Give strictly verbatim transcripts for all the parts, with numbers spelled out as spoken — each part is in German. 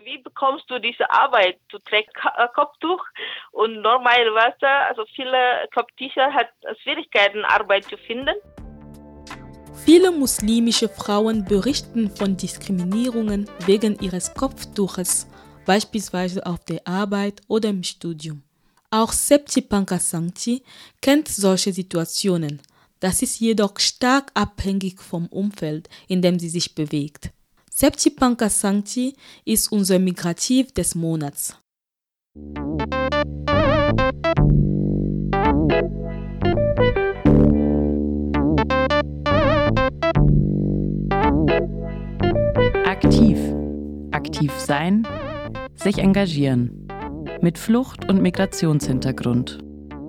Wie bekommst du diese Arbeit? Du trägst Ka- Kopftuch und normalerweise, also viele Kopftücher hat Schwierigkeiten, Arbeit zu finden. Viele muslimische Frauen berichten von Diskriminierungen wegen ihres Kopftuches, beispielsweise auf der Arbeit oder im Studium. Auch Septi Pankasangti kennt solche Situationen. Das ist jedoch stark abhängig vom Umfeld, in dem sie sich bewegt. Septi Pankasangti ist unser Migrativ des Monats. Aktiv. Aktiv sein, sich engagieren. Mit Flucht- und Migrationshintergrund.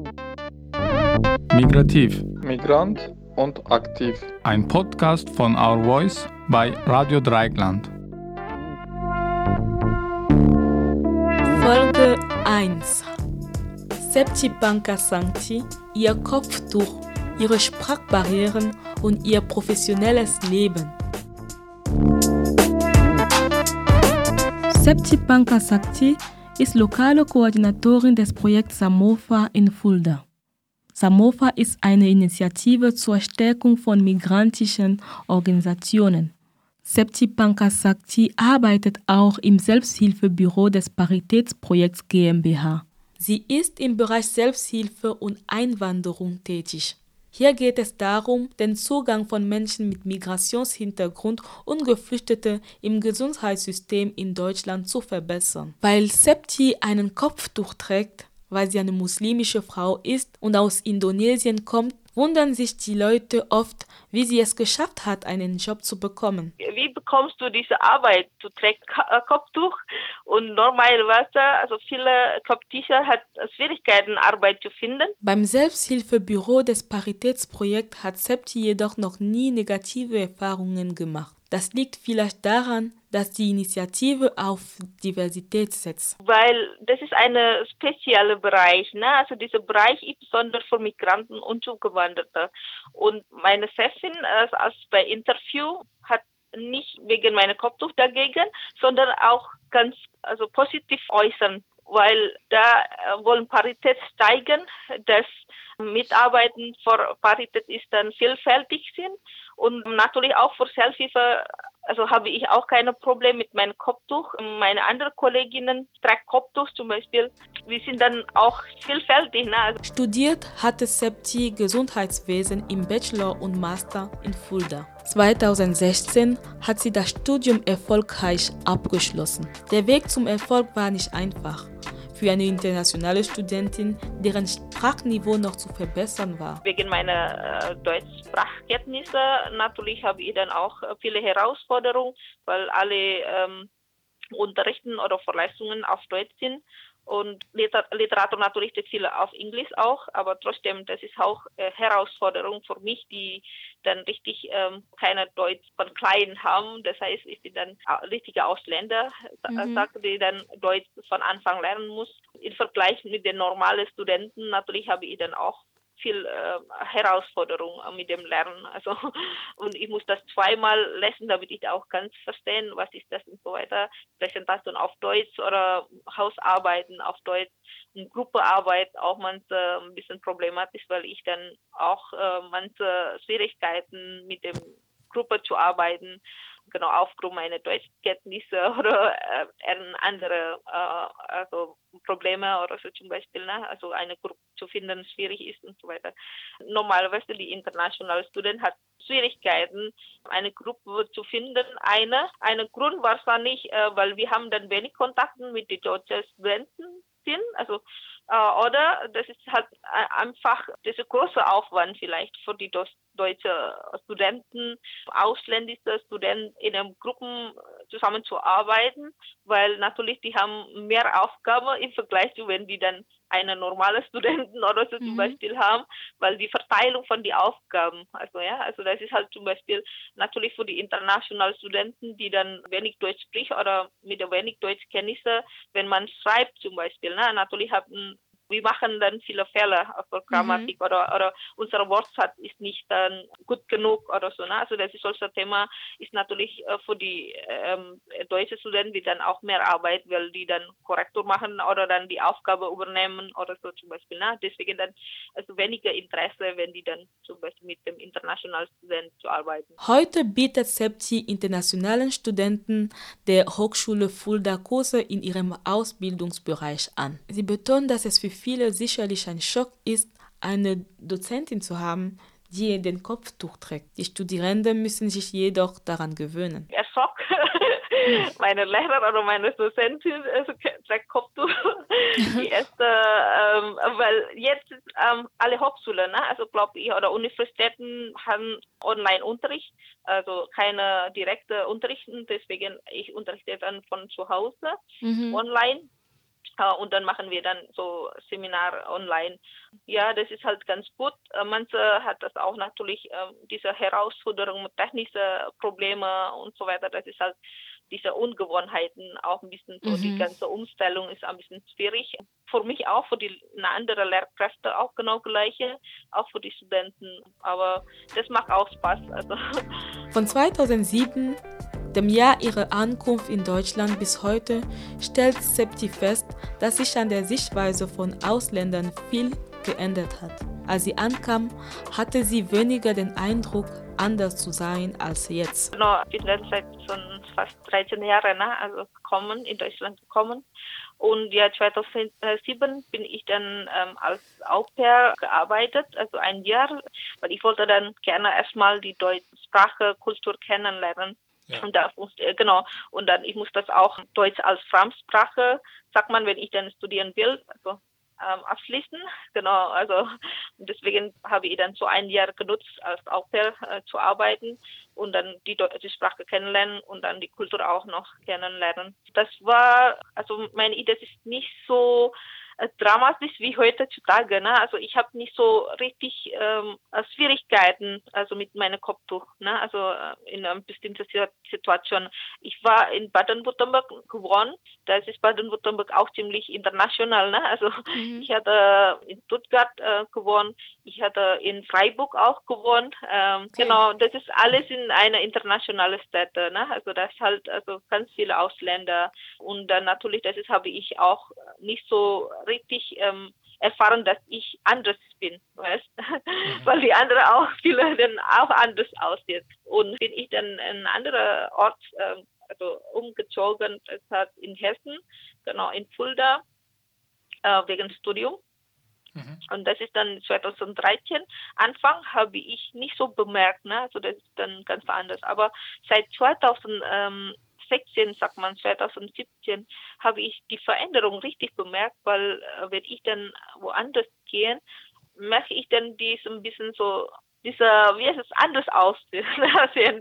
Migrativ. Migrant und aktiv. Ein Podcast von Our Voice bei Radio Dreieckland. Folge eins. Septi Pankasangti, ihr Kopftuch, ihre Sprachbarrieren und ihr professionelles Leben. Septi Pankasangti ist lokale Koordinatorin des Projekts Samofa in Fulda. Samofa ist eine Initiative zur Stärkung von migrantischen Organisationen. Septi Pankasangti arbeitet auch im Selbsthilfebüro des Paritätsprojekts GmbH. Sie ist im Bereich Selbsthilfe und Einwanderung tätig. Hier geht es darum, den Zugang von Menschen mit Migrationshintergrund und Geflüchtete im Gesundheitssystem in Deutschland zu verbessern. Weil Septi einen Kopftuch trägt, weil sie eine muslimische Frau ist und aus Indonesien kommt, wundern sich die Leute oft, wie sie es geschafft hat, einen Job zu bekommen. Wie bekommst du diese Arbeit? Du trägst Ka- Kopftuch und normalerweise, also viele Kopftücher hat Schwierigkeiten, Arbeit zu finden. Beim Selbsthilfebüro des Paritätsprojekts hat Septi jedoch noch nie negative Erfahrungen gemacht. Das liegt vielleicht daran, dass die Initiative auf Diversität setzt. Weil das ist ein spezieller Bereich, ne? Also dieser Bereich ist besonders für Migranten und Zugewanderte. Und meine Chefin, also als bei Interview, hat nicht wegen meiner Kopftuch dagegen, sondern auch ganz also positiv äußern, weil da äh, wollen Parität steigen, dass Mitarbeiten für Parität ist dann vielfältig sind und natürlich auch für Selbsthilfe. Also habe ich auch keine Probleme mit meinem Kopftuch. Meine anderen Kolleginnen tragen Kopftuch zum Beispiel. Wir sind dann auch vielfältig. Ne? Also Studiert hatte Septi Gesundheitswesen im Bachelor und Master in Fulda. zweitausendsechzehn hat sie das Studium erfolgreich abgeschlossen. Der Weg zum Erfolg war nicht einfach. Für eine internationale Studentin, deren Sprachniveau noch zu verbessern war. Wegen meiner äh, Deutschsprachkenntnisse natürlich habe ich dann auch viele Herausforderungen, weil alle ähm, Unterrichten oder Vorlesungen auf Deutsch sind. Und Liter- Literatur natürlich viele auf Englisch auch, aber trotzdem, das ist auch äh, Herausforderung für mich, die dann richtig ähm, keine Deutsch von klein haben. Das heißt, ich bin dann richtige Ausländer, mhm. sage, die dann Deutsch von Anfang lernen muss. Im Vergleich mit den normalen Studenten natürlich habe ich dann auch viel äh, Herausforderung mit dem Lernen. Also und ich muss das zweimal lesen, damit ich auch ganz verstehen, was ist das und so weiter. Präsentation auf Deutsch oder Hausarbeiten auf Deutsch und Gruppearbeit auch manche ein bisschen problematisch, weil ich dann auch äh, manche Schwierigkeiten mit dem Gruppe zu arbeiten, genau aufgrund meiner Deutschkenntnisse oder äh, andere äh, also Probleme oder so zum Beispiel, ne? Also eine Gruppe zu finden schwierig ist und so weiter. Normalerweise die internationale Student hat Schwierigkeiten, eine Gruppe zu finden. Eine, eine Grund wahrscheinlich, äh, weil wir haben dann wenig Kontakte mit den deutschen Studenten sind, also äh, oder das ist halt einfach dieser große Aufwand vielleicht für die deutschen Studenten, ausländische Studenten in einem Gruppen zusammenzuarbeiten, weil natürlich die haben mehr Aufgaben im Vergleich zu, wenn die dann eine normale Studenten oder so mhm. zum Beispiel haben, weil die Verteilung von den Aufgaben, also ja, also das ist halt zum Beispiel natürlich für die internationalen Studenten, die dann wenig Deutsch sprechen oder mit wenig Deutschkenntnisse, wenn man schreibt zum Beispiel, ne, natürlich haben wir machen dann viele Fehler, also Grammatik mhm. oder, oder unser Wortschatz ist nicht dann gut genug oder so. Ne? Also das ist solches Thema, ist natürlich äh, für die ähm, deutschen Studenten, die dann auch mehr Arbeit, weil die dann Korrektur machen oder dann die Aufgabe übernehmen oder so zum Beispiel. Ne? Deswegen dann also weniger Interesse, wenn die dann zum Beispiel mit dem internationalen Studenten zu arbeiten. Heute bietet Septi internationalen Studenten der Hochschule Fulda Kurse in ihrem Ausbildungsbereich an. Sie betont, dass es für viele sicherlich ein Schock ist, eine Dozentin zu haben, die den Kopftuch trägt. Die Studierenden müssen sich jedoch daran gewöhnen. Der Schock, meine Lehrer oder meine Dozentin also, trägt Kopftuch. Die erste, ähm, weil jetzt ähm, alle Hochschulen, ne, also glaube ich, oder Universitäten haben Online-Unterricht, also keine direkte Unterrichten, deswegen ich unterrichte dann von zu Hause mhm. online. Und dann machen wir dann so Seminar online. Ja, das ist halt ganz gut. Manche hat das auch natürlich äh, diese Herausforderung mit technischen Problemen und so weiter. Das ist halt diese Ungewohnheiten auch ein bisschen so. Mhm. Die ganze Umstellung ist ein bisschen schwierig. Für mich auch, für die anderen Lehrkräfte auch genau gleiche, auch für die Studenten. Aber das macht auch Spaß. Also. Von zweitausendsieben, dem Jahr ihrer Ankunft in Deutschland bis heute, stellt Septi fest, dass sich an der Sichtweise von Ausländern viel geändert hat. Als sie ankam, hatte sie weniger den Eindruck, anders zu sein als jetzt. Genau, ich bin seit schon fast dreizehn Jahren ne, also gekommen, in Deutschland gekommen. Und ja, zweitausendsieben bin ich dann ähm, als Au-pair gearbeitet, also ein Jahr, weil ich wollte dann gerne erstmal die deutsche Sprache, Kultur kennenlernen. Ja. Und da muss, genau, und dann ich muss das auch Deutsch als Fremdsprache, sagt man, wenn ich dann studieren will, also ähm, abschließen. Genau, also deswegen habe ich dann so ein Jahr genutzt, als Au-pair äh, zu arbeiten und dann die deutsche Sprache kennenlernen und dann die Kultur auch noch kennenlernen. Das war, also meine Idee ist nicht so dramatisch wie heutzutage. Ne? Also ich habe nicht so richtig ähm, Schwierigkeiten also mit meinem Kopftuch. Ne? Also in einer bestimmten Situation. Ich war in Baden-Württemberg geboren. Da ist Baden-Württemberg auch ziemlich international. Ne? Also mhm. ich hatte in Stuttgart äh, gewohnt. Ich hatte in Freiburg auch gewohnt. Ähm, okay. Genau, das ist alles in einer internationalen Stadt. Ne? Also da ist halt also ganz viele Ausländer. Und dann natürlich, das ist, habe ich auch nicht so richtig ähm, erfahren, dass ich anders bin, weißt? Mhm. Weil die anderen auch, viele dann auch anders aussehen. Und bin ich dann in einen anderen Ort ähm, also umgezogen, das hat in Hessen, genau in Fulda, äh, wegen Studium. Mhm. Und das ist dann zweitausenddreizehn. Anfang habe ich nicht so bemerkt, ne? Also das ist dann ganz anders. Aber seit zweitausendsechzehn, sagt man, zweitausendsiebzehn, habe ich die Veränderung richtig bemerkt, weil äh, wenn ich dann woanders gehe, merke ich dann dies ein bisschen so, dieser, wie es anders aussehen.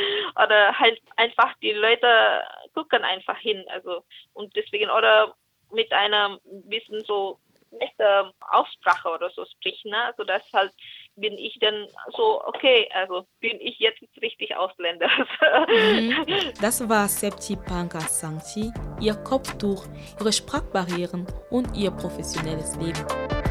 Oder halt einfach die Leute gucken einfach hin. Also und deswegen, oder mit einer bisschen so echte Aussprache oder so sprechen. Ne? Also das halt bin ich dann so, okay, also bin ich jetzt richtig Ausländer. Mhm. Das war Septi Pangasangchi, ihr Kopftuch, ihre Sprachbarrieren und ihr professionelles Leben.